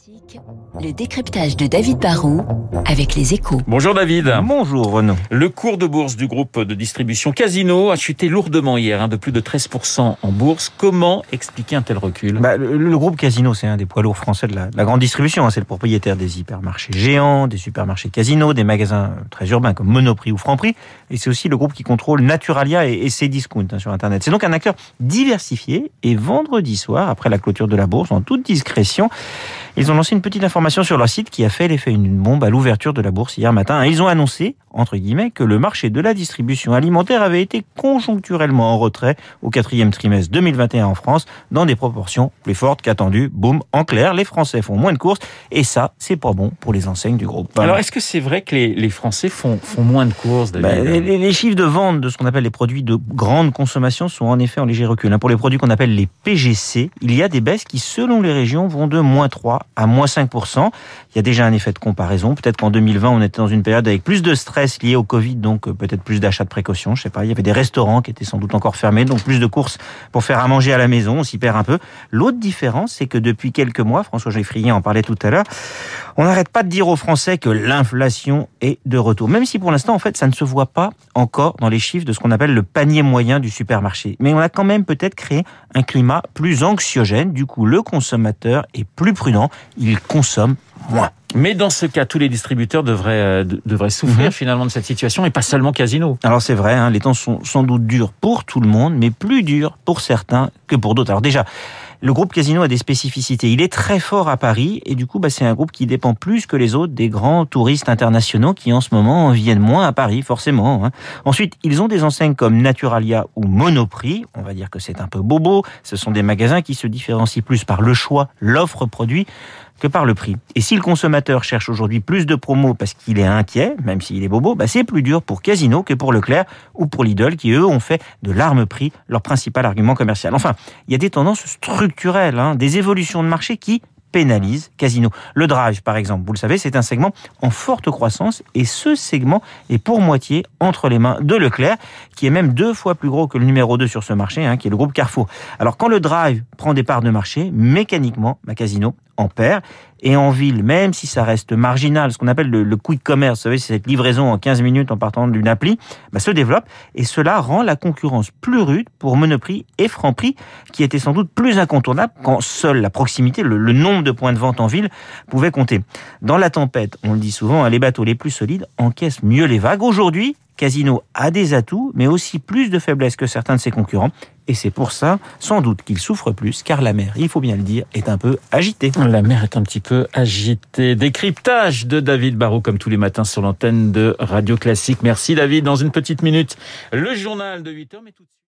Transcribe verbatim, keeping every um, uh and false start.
Classique, le décryptage de David Barrault avec les Échos. Bonjour David. Bonjour Renaud. Le cours de bourse du groupe de distribution Casino a chuté lourdement hier, hein, de plus de treize pour cent en bourse. Comment expliquer un tel recul ? bah, le, le groupe Casino, c'est un des poids lourds français de la, de la grande distribution. Hein. C'est le propriétaire des hypermarchés géants, des supermarchés Casino, des magasins très urbains comme Monoprix ou Franprix. Et c'est aussi le groupe qui contrôle Naturalia et, et Cdiscount hein, sur Internet. C'est donc un acteur diversifié. Et vendredi soir, après la clôture de la bourse, en toute discrétion, ils ont lancé une petite information sur leur site qui a fait l'effet d'une bombe à l'ouverture de la bourse hier matin. Ils ont annoncé, entre guillemets, que le marché de la distribution alimentaire avait été conjoncturellement en retrait au quatrième trimestre deux mille vingt et un en France, dans des proportions plus fortes qu'attendues. Boum, en clair, les Français font moins de courses et ça, c'est pas bon pour les enseignes du groupe. Alors, est-ce que c'est vrai que les, les Français font, font moins de courses, David ? bah, les, les chiffres de vente de ce qu'on appelle les produits de grande consommation sont en effet en léger recul. Pour les produits qu'on appelle les P G C, il y a des baisses qui, selon les régions, vont de moins trois à moins cinq pour cent. Il y a déjà un effet de comparaison. Peut-être qu'en deux mille vingt, on était dans une période avec plus de stress lié au Covid, donc peut-être plus d'achats de précaution. Je sais pas, il y avait des restaurants qui étaient sans doute encore fermés, donc plus de courses pour faire à manger à la maison, on s'y perd un peu. L'autre différence, c'est que depuis quelques mois, François Geffrier en parlait tout à l'heure, on n'arrête pas de dire aux Français que l'inflation est de retour. Même si pour l'instant, en fait, ça ne se voit pas encore dans les chiffres de ce qu'on appelle le panier moyen du supermarché. Mais on a quand même peut-être créé un climat plus anxiogène. Du coup, le consommateur est plus prudent. Il consomme moins. Mais dans ce cas, tous les distributeurs devraient, euh, devraient souffrir mmh. finalement de cette situation et pas seulement Casino. Alors c'est vrai, hein, les temps sont sans doute durs pour tout le monde, mais plus durs pour certains que pour d'autres. Alors déjà, le groupe Casino a des spécificités. Il est très fort à Paris et du coup, bah, c'est un groupe qui dépend plus que les autres des grands touristes internationaux qui en ce moment viennent moins à Paris, forcément. Hein. Ensuite, ils ont des enseignes comme Naturalia ou Monoprix. On va dire que c'est un peu bobo. Ce sont des magasins qui se différencient plus par le choix, l'offre produit, que par le prix. Et si le consommateur cherche aujourd'hui plus de promos parce qu'il est inquiet, même s'il est bobo, bah c'est plus dur pour Casino que pour Leclerc ou pour Lidl, qui eux ont fait de l'arme-prix leur principal argument commercial. Enfin, il y a des tendances structurelles, hein, des évolutions de marché qui pénalise Casino. Le drive, par exemple, vous le savez, c'est un segment en forte croissance et ce segment est pour moitié entre les mains de Leclerc, qui est même deux fois plus gros que le numéro deux sur ce marché, hein, qui est le groupe Carrefour. Alors, quand le drive prend des parts de marché, mécaniquement, bah, Casino en perd. Et en ville, même si ça reste marginal, ce qu'on appelle le, le quick commerce, vous savez, c'est cette livraison en quinze minutes en partant d'une appli, bah, se développe. Et cela rend la concurrence plus rude pour Monoprix et Franprix, qui étaient sans doute plus incontournables quand seule la proximité, le, le nombre de points de vente en ville pouvait compter. Dans la tempête, on le dit souvent, les bateaux les plus solides encaissent mieux les vagues. Aujourd'hui, Casino a des atouts, mais aussi plus de faiblesses que certains de ses concurrents. Et c'est pour ça, sans doute, qu'il souffre plus, car la mer, il faut bien le dire, est un peu agitée. La mer est un petit peu agitée. Décryptage de David Barrault, comme tous les matins sur l'antenne de Radio Classique. Merci David. Dans une petite minute, le journal de huit heures, mais tout de suite.